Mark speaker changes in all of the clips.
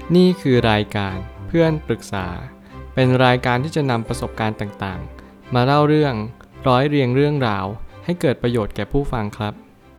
Speaker 1: นี่คือรายการเพื่อนปรึกษาเป็นรายการที่จะนำประสบการณ์ต่างๆมาเล่าเรื่องร้อยเรียงเรื่องราวให้เกิดประโยชน์แก่ผู้ฟังครับ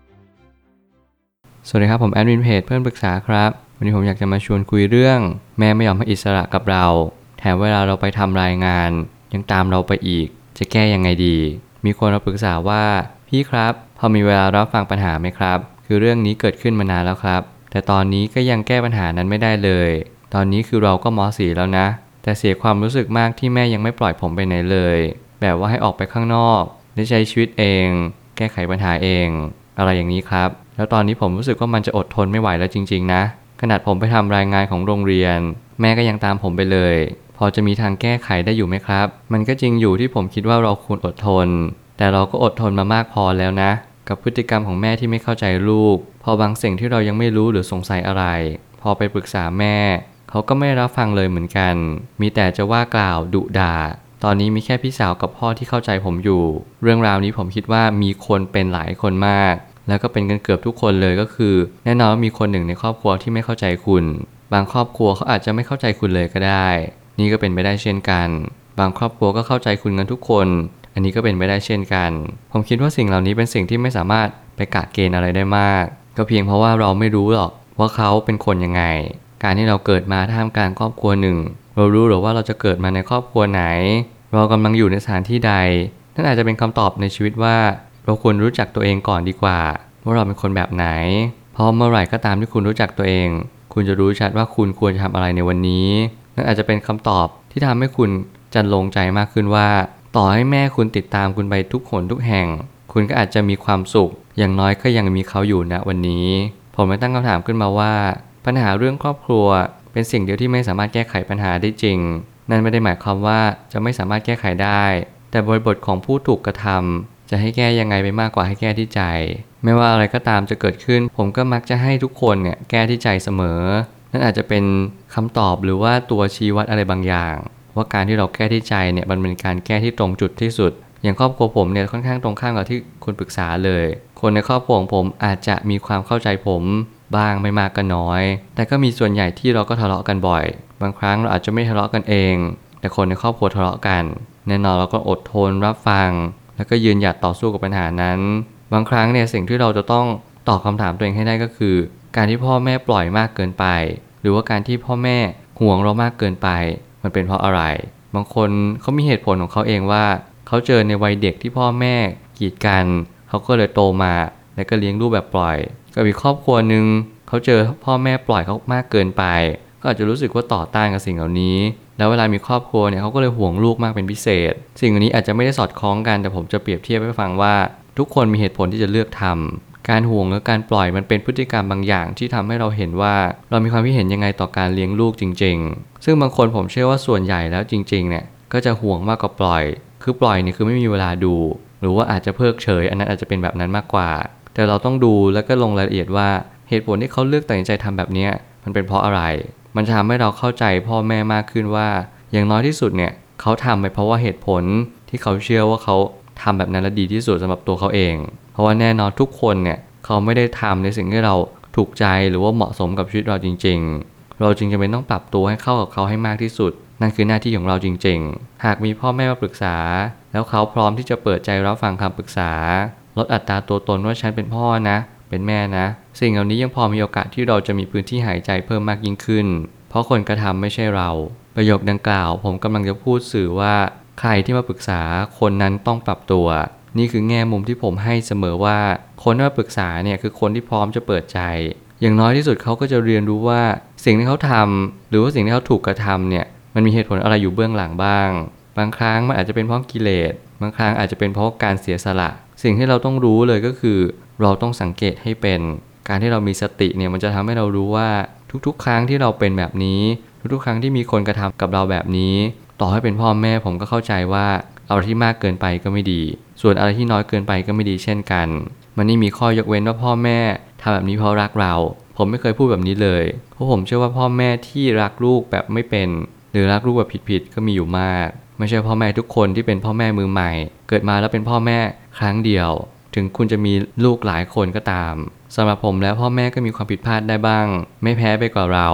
Speaker 1: สวัสดีครับผมแอดมินเพจเพื่อนปรึกษาครับวันนี้ผมอยากจะมาชวนคุยเรื่องแม่ไม่ยอมให้อิสระกับเราแถมเวลาเราไปทำรายงานยังตามเราไปอีกจะแก้ยังไงดีมีคนมาปรึกษาว่าพี่ครับพอมีเวลารับฟังปัญหาไหมครับคือเรื่องนี้เกิดขึ้นมานานแล้วครับแต่ตอนนี้ก็ยังแก้ปัญหานั้นไม่ได้เลยตอนนี้คือเราก็ม.4 แล้วนะแต่เสียความรู้สึกมากที่แม่ยังไม่ปล่อยผมไปไหนเลยแบบว่าให้ออกไปข้างนอกได้ใช้ชีวิตเองแก้ไขปัญหาเองอะไรอย่างนี้ครับแล้วตอนนี้ผมรู้สึกว่ามันจะอดทนไม่ไหวแล้วจริงๆนะขนาดผมไปทำรายงานของโรงเรียนแม่ก็ยังตามผมไปเลยพอจะมีทางแก้ไขได้อยู่ไหมครับมันก็จริงอยู่ที่ผมคิดว่าเราควรอดทนแต่เราก็อดทนมามากพอแล้วนะกับพฤติกรรมของแม่ที่ไม่เข้าใจลูกพอบางสิ่งที่เรายังไม่รู้หรือสงสัยอะไรพอไปปรึกษาแม่เขาก็ไม่รับฟังเลยเหมือนกันมีแต่จะว่ากล่าวดุด่าตอนนี้มีแค่พี่สาวกับพ่อที่เข้าใจผมอยู่เรื่องราวนี้ผมคิดว่ามีคนเป็นหลายคนมากแล้วก็เป็นกันเกือบทุกคนเลยก็คือแน่นอนว่ามีคนหนึ่งในครอบครัวที่ไม่เข้าใจคุณบางครอบครัวเขาอาจจะไม่เข้าใจคุณเลยก็ได้นี่ก็เป็นไปได้เช่นกันบางครอบครัวก็เข้าใจคุณกันทุกคนอันนี้ก็เป็นไปได้เช่นกันผมคิดว่าสิ่งเหล่านี้เป็นสิ่งที่ไม่สามารถไปกะเกณฑ์อะไรได้มากก็เพียงเพราะว่าเราไม่รู้หรอกว่าเขาเป็นคนยังไงการที่เราเกิดมาท่ามกลางครอบครัวหนึ่งเรารู้หรือว่าเราจะเกิดมาในครอบครัวไหนเรากำลังอยู่ในสถานที่ใดนั่นอาจจะเป็นคำตอบในชีวิตว่าเราควรรู้จักตัวเองก่อนดีกว่าว่าเราเป็นคนแบบไหนเพราะเมื่อไหร่ก็ตามที่คุณรู้จักตัวเองคุณจะรู้ชัดว่าคุณควรจะทำอะไรในวันนี้นั่นอาจจะเป็นคำตอบที่ทำให้คุณจะลงใจมากขึ้นว่าต่อให้แม่คุณติดตามคุณไปทุกหนทุกแห่งคุณก็อาจจะมีความสุขอย่างน้อยก็ยังมีเขาอยู่ณวันนี้ผมเลยตั้งคำถามขึ้นมาว่าปัญหาเรื่องครอบครัวเป็นสิ่งเดียวที่ไม่สามารถแก้ไขปัญหาได้จริงนั่นไม่ได้หมายความว่าจะไม่สามารถแก้ไขได้แต่บริบทของผู้ถูกกระทำจะให้แก้ยังไงไปมากกว่าให้แก้ที่ใจไม่ว่าอะไรก็ตามจะเกิดขึ้นผมก็มักจะให้ทุกคนเนี่ยแก้ที่ใจเสมอนั่นอาจจะเป็นคำตอบหรือว่าตัวชี้วัดอะไรบางอย่างว่าการที่เราแก้ที่ใจเนี่ยมันเป็นการแก้ที่ตรงจุดที่สุดอย่างครอบครัวผมเนี่ยค่อนข้างตรงข้ามกับที่คุณปรึกษาเลยคนในครอบครัวของผมอาจจะมีความเข้าใจผมบ้างไม่มากก็น้อยแต่ก็มีส่วนใหญ่ที่เราก็ทะเลาะกันบ่อยบางครั้งเราอาจจะไม่ทะเลาะกันเองแต่คนในครอบครัวทะเลาะกันแน่นอนเราก็อดทนรับฟังแล้วก็ยืนหยัดต่อสู้กับปัญหานั้นบางครั้งเนี่ยสิ่งที่เราจะต้องตอบคำถามตัวเองให้ได้ก็คือการที่พ่อแม่ปล่อยมากเกินไปหรือว่าการที่พ่อแม่ห่วงเรามากเกินไปมันเป็นเพราะอะไรบางคนเขามีเหตุผลของเขาเองว่าเขาเจอในวัยเด็กที่พ่อแม่กีดกันเขาก็เลยโตมาแล้วก็เลี้ยงลูกแบบปล่อยกับอีกครอบครัวหนึ่งเขาเจอพ่อแม่ปล่อยเขามากเกินไปก็อาจจะรู้สึกว่าต่อต้านกับสิ่งเหล่านี้แล้วเวลามีครอบครัวเนี่ยเขาก็เลยห่วงลูกมากเป็นพิเศษสิ่งเหล่านี้อาจจะไม่ได้สอดคล้องกันแต่ผมจะเปรียบเทียบให้ฟังว่าทุกคนมีเหตุผลที่จะเลือกทำการห่วงหรือการปล่อยมันเป็นพฤติกรรมบางอย่างที่ทำให้เราเห็นว่าเรามีความคิดเห็นยังไงต่อการเลี้ยงลูกจริงๆซึ่งบางคนผมเชื่อว่าส่วนใหญ่แล้วจริงๆเนี่ยก็จะห่วงมากกว่าปล่อยคือปล่อยนี่คือไม่มีเวลาดูหรือว่าอาจจะเพิกเฉยอันนั้นอาจจะเป็นแบบนั้นมากกว่าแต่เราต้องดูแล้วก็ลงรายละเอียดว่าเหตุผลที่เขาเลือกตัดสินใจทำแบบนี้มันเป็นเพราะอะไรมันจะทำให้เราเข้าใจพ่อแม่มากขึ้นว่าอย่างน้อยที่สุดเนี่ยเขาทำไปเพราะว่าเหตุผลที่เขาเชื่อว่าเขาทำแบบนั้นและดีที่สุดสำหรับตัวเขาเองเพราะว่าแน่นอนทุกคนเนี่ยเขาไม่ได้ทำในสิ่งที่เราถูกใจหรือว่าเหมาะสมกับชีวิตเราจริงๆเราจึงจำเป็นต้องปรับตัวให้เข้ากับเขาให้มากที่สุดนั่นคือหน้าที่ของเราจริงๆหากมีพ่อแม่มาปรึกษาแล้วเขาพร้อมที่จะเปิดใจรับฟังคำปรึกษาลดอัตราตัวตนว่าฉันเป็นพ่อนะเป็นแม่นะสิ่งเหล่านี้ยังพอมีโอกาสที่เราจะมีพื้นที่หายใจเพิ่มมากยิ่งขึ้นเพราะคนกระทำไม่ใช่เราประโยคดังกล่าวผมกำลังจะพูดสื่อว่าใครที่มาปรึกษาคนนั้นต้องปรับตัวนี่คือแง่มุมที่ผมให้เสมอว่าคนที่มาปรึกษาเนี่ยคือคนที่พร้อมจะเปิดใจอย่างน้อยที่สุดเขาก็จะเรียนรู้ว่าสิ่งที่เขาทำหรือว่าสิ่งที่เขาถูกกระทำเนี่ยมันมีเหตุผลอะไรอยู่เบื้องหลังบ้างบางครั้งมันอาจจะเป็นเพราะกิเลสบางครั้งอาจจะเป็นเพราะการเสียสละสิ่งที่เราต้องรู้เลยก็คือเราต้องสังเกตให้เป็นการที่เรามีสติเนี่ยมันจะทำให้เรารู้ว่าทุกๆครั้งที่เราเป็นแบบนี้ทุกๆครั้งที่มีคนกระทำกับเราแบบนี้ต่อให้เป็นพ่อแม่ผมก็เข้าใจว่าอะไรที่มากเกินไปก็ไม่ดีส่วนอะไรที่น้อยเกินไปก็ไม่ดีเช่นกันมันนี่มีข้อยกเว้นว่าพ่อแม่ทำแบบนี้เพราะรักเราผมไม่เคยพูดแบบนี้เลยเพราะผมเชื่อว่าพ่อแม่ที่รักลูกแบบไม่เป็นหรือรักลูกแบบผิดๆก็มีอยู่มากไม่ใช่พ่อแม่ทุกคนที่เป็นพ่อแม่มือใหม่เกิดมาแล้วเป็นพ่อแม่ครั้งเดียวถึงคุณจะมีลูกหลายคนก็ตามสำหรับผมแล้วพ่อแม่ก็มีความผิดพลาดได้บ้างไม่แพ้ไปกว่าเรา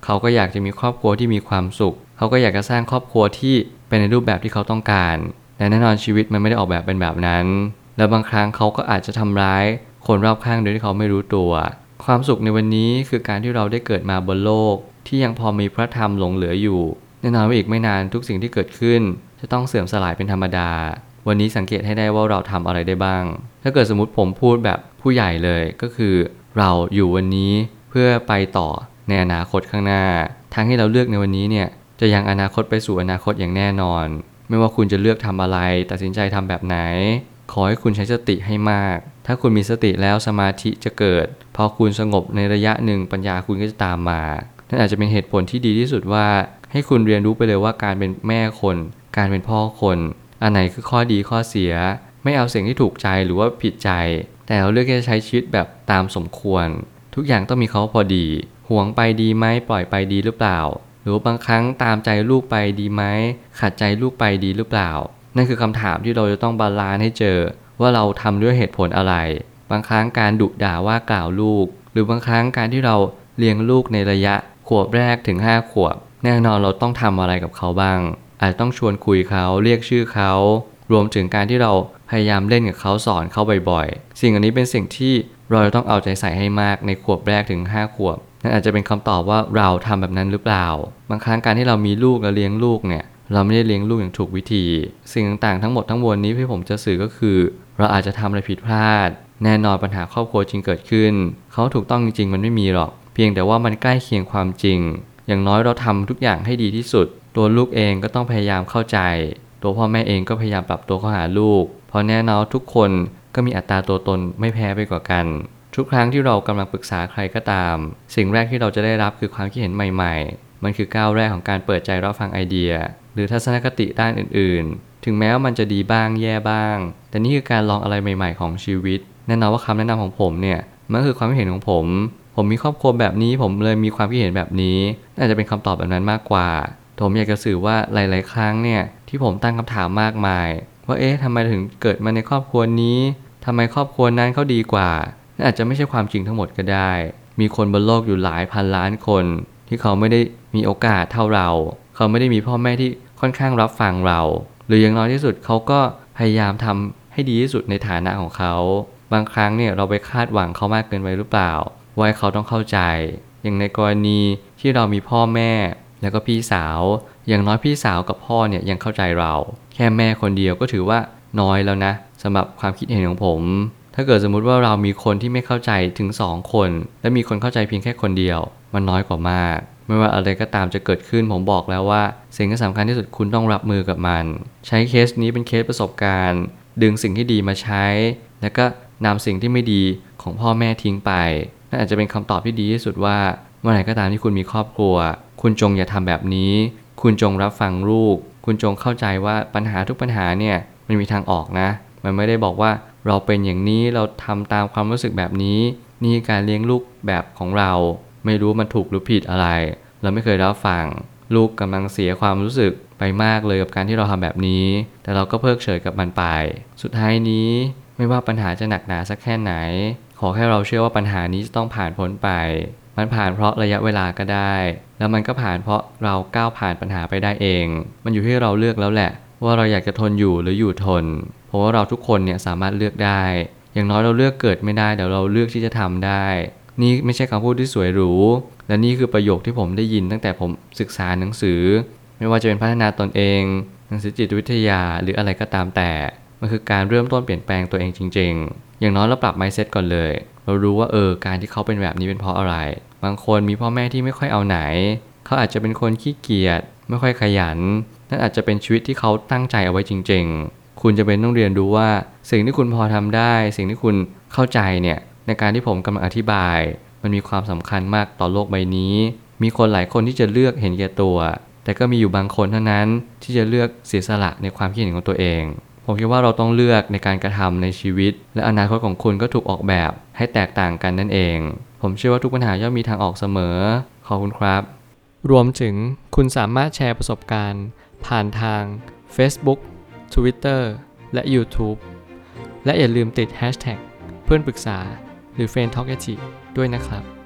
Speaker 1: เขาก็อยากจะมีครอบครัวที่มีความสุขเขาก็อยากจะสร้างครอบครัวที่เป็นในรูปแบบที่เขาต้องการแต่แน่นอนชีวิตมันไม่ได้ออกแบบเป็นแบบนั้นแล้วบางครั้งเขาก็อาจจะทำร้ายคนรอบข้างโดยที่เขาไม่รู้ตัวความสุขในวันนี้คือการที่เราได้เกิดมาบนโลกที่ยังพอมีพระธรรมหลงเหลืออยู่แน่นอนว่าอีกไม่นานทุกสิ่งที่เกิดขึ้นจะต้องเสื่อมสลายเป็นธรรมดาวันนี้สังเกตให้ได้ว่าเราทำอะไรได้บ้างถ้าเกิดสมมติผมพูดแบบผู้ใหญ่เลยก็คือเราอยู่วันนี้เพื่อไปต่อในอนาคตข้างหน้าทางที่เราเลือกในวันนี้เนี่ยจะยังอนาคตไปสู่อนาคตอย่างแน่นอนไม่ว่าคุณจะเลือกทำอะไรตัดสินใจทำแบบไหนขอให้คุณใช้สติให้มากถ้าคุณมีสติแล้วสมาธิจะเกิดพอคุณสงบในระยะหนึ่งปัญญาคุณก็จะตามมานั่นอาจจะเป็นเหตุผลที่ดีที่สุดว่าให้คุณเรียนรู้ไปเลยว่าการเป็นแม่คนการเป็นพ่อคนอันไหนคือข้อดีข้อเสียไม่เอาสิ่งที่ถูกใจหรือว่าผิดใจแต่เราเลือกที่จะใช้ชีวิตแบบตามสมควรทุกอย่างต้องมีเขาพอดีหวงไปดีไหมปล่อยไปดีหรือเปล่าหรือบางครั้งตามใจลูกไปดีไหมขัดใจลูกไปดีหรือเปล่านั่นคือคำถามที่เราจะต้องบาลานซ์ให้เจอว่าเราทำด้วยเหตุผลอะไรบางครั้งการดุด่าว่ากล่าวลูกหรือบางครั้งการที่เราเลี้ยงลูกในระยะขวบแรกถึง5 ขวบแน่นอนเราต้องทำอะไรกับเขาบ้างอาจจะต้องชวนคุยเขาเรียกชื่อเขารวมถึงการที่เราพยายามเล่นกับเขาสอนเขาบ่อยๆสิ่งอันนี้เป็นสิ่งที่เราจะต้องเอาใจใส่ให้มากในขวบแรกถึง5 ขวบนั่นอาจจะเป็นคำตอบว่าเราทำแบบนั้นหรือเปล่าบางครั้งการที่เรามีลูกและเลี้ยงลูกเนี่ยเราไม่ได้เลี้ยงลูกอย่างถูกวิธีสิ่งต่างๆทั้งหมดทั้งมวลนี้ที่ผมจะสื่อก็คือเราอาจจะทำอะไรผิดพลาดแน่นอนปัญหาครอบครัวจริงเกิดขึ้นเขาถูกต้องจริงๆมันไม่มีหรอกเพียงแต่ว่ามันใกล้เคียงความจริงอย่างน้อยเราทำทุกอย่างให้ดีที่สุดตัวลูกเองก็ต้องพยายามเข้าใจตัวพ่อแม่เองก็พยายามปรับตัวเข้าหาลูกเพราะแน่นอนทุกคนก็มีอัตราตัวตนไม่แพ้ไปกว่ากันทุกครั้งที่เรากำลังปรึกษาใครก็ตามสิ่งแรกที่เราจะได้รับคือความคิดเห็นใหม่ๆมันคือก้าวแรกของการเปิดใจรับฟังไอเดียหรือทัศนคติด้านอื่นๆถึงแม้ว่ามันจะดีบ้างแย่บ้างแต่นี่คือการลองอะไรใหม่ๆของชีวิตแน่นอนว่าคำแนะนำของผมเนี่ยมันคือความคิดเห็นของผมมีครอบครัวแบบนี้ผมเลยมีความคิดเห็นแบบนี้น่าจะเป็นคำตอบแบบนั้นมากกว่าผมอยากจะสื่อว่าหลายๆครั้งเนี่ยที่ผมตั้งคำถามมากมายว่าทำไมถึงเกิดมาในครอบครัวนี้ทำไมครอบครัวนั้นเขาดีกว่านั่นอาจจะไม่ใช่ความจริงทั้งหมดก็ได้มีคนบนโลกอยู่หลายพันล้านคนที่เขาไม่ได้มีโอกาสเท่าเราเขาไม่ได้มีพ่อแม่ที่ค่อนข้างรับฟังเราหรืออย่างน้อยที่สุดเขาก็พยายามทำให้ดีที่สุดในฐานะของเขาบางครั้งเนี่ยเราไปคาดหวังเขามากเกินไปหรือเปล่าว่าเขาต้องเข้าใจอย่างในกรณีที่เรามีพ่อแม่แล้วก็พี่สาวอย่างน้อยพี่สาวกับพ่อเนี่ยยังเข้าใจเราแค่แม่คนเดียวก็ถือว่าน้อยแล้วนะสำหรับความคิดเห็นของผมถ้าเกิดสมมุติว่าเรามีคนที่ไม่เข้าใจถึง2 คนและมีคนเข้าใจเพียงแค่คนเดียวมันน้อยกว่ามากไม่ว่าอะไรก็ตามจะเกิดขึ้นผมบอกแล้วว่าสิ่งที่สำคัญที่สุดคุณต้องรับมือกับมันใช้เคสนี้เป็นเคสประสบการณ์ดึงสิ่งที่ดีมาใช้แล้วก็นำสิ่งที่ไม่ดีของพ่อแม่ทิ้งไปนั่นอาจจะเป็นคำตอบที่ดีที่สุดว่าเมื่อไหร่ก็ตามที่คุณมีครอบครัวคุณจงอย่าทำแบบนี้คุณจงรับฟังลูกคุณจงเข้าใจว่าปัญหาทุกปัญหาเนี่ยมันมีทางออกนะมันไม่ได้บอกว่าเราเป็นอย่างนี้เราทำตามความรู้สึกแบบนี้นี่การเลี้ยงลูกแบบของเราไม่รู้มันถูกหรือผิดอะไรเราไม่เคยรับฟังลูกกำลังเสียความรู้สึกไปมากเลยกับการที่เราทำแบบนี้แต่เราก็เพิกเฉยกับมันไปสุดท้ายนี้ไม่ว่าปัญหาจะหนักหนาสักแค่ไหนขอแค่เราเชื่อว่าปัญหานี้จะต้องผ่านพ้นไปมันผ่านเพราะระยะเวลาก็ได้แล้วมันก็ผ่านเพราะเราก้าวผ่านปัญหาไปได้เองมันอยู่ที่เราเลือกแล้วแหละว่าเราอยากจะทนอยู่หรืออยู่ทนเพราะว่าเราทุกคนเนี่ยสามารถเลือกได้อย่างน้อยเราเลือกเกิดไม่ได้แต่เราเลือกที่จะทำได้นี่ไม่ใช่คำพูดที่สวยหรูและนี่คือประโยคที่ผมได้ยินตั้งแต่ผมศึกษาหนังสือไม่ว่าจะเป็นพัฒนาตนเองหนังสือจิตวิทยาหรืออะไรก็ตามแต่มันคือการเริ่มต้นเปลี่ยนแปลงตัวเองจริงๆอย่างน้อยเราปรับ mindset ก่อนเลยเรารู้ว่าการที่เขาเป็นแบบนี้เป็นเพราะอะไรบางคนมีพ่อแม่ที่ไม่ค่อยเอาไหนเขาอาจจะเป็นคนขี้เกียจไม่ค่อยขยันนั่นอาจจะเป็นชีวิตที่เขาตั้งใจเอาไว้จริงๆคุณจะเป็นต้องเรียนรู้ว่าสิ่งที่คุณพอทำได้สิ่งที่คุณเข้าใจเนี่ยในการที่ผมกำลังอธิบายมันมีความสำคัญมากต่อโลกใบนี้มีคนหลายคนที่จะเลือกเห็นแก่ตัวแต่ก็มีอยู่บางคนเท่านั้นที่จะเลือกเสียสละในความคิดเห็นของตัวเองผมคิดว่าเราต้องเลือกในการกระทำในชีวิตและอนาคตของคุณก็ถูกออกแบบให้แตกต่างกันนั่นเองผมเชื่อว่าทุกปัญหาย่อมมีทางออกเสมอขอบคุณครับรวมถึงคุณสามารถแชร์ประสบการณ์ผ่านทาง Facebook Twitter และ YouTube และอย่าลืมติด Hashtag เพื่อนปรึกษาหรือ Friend Talk ด้วยนะครับ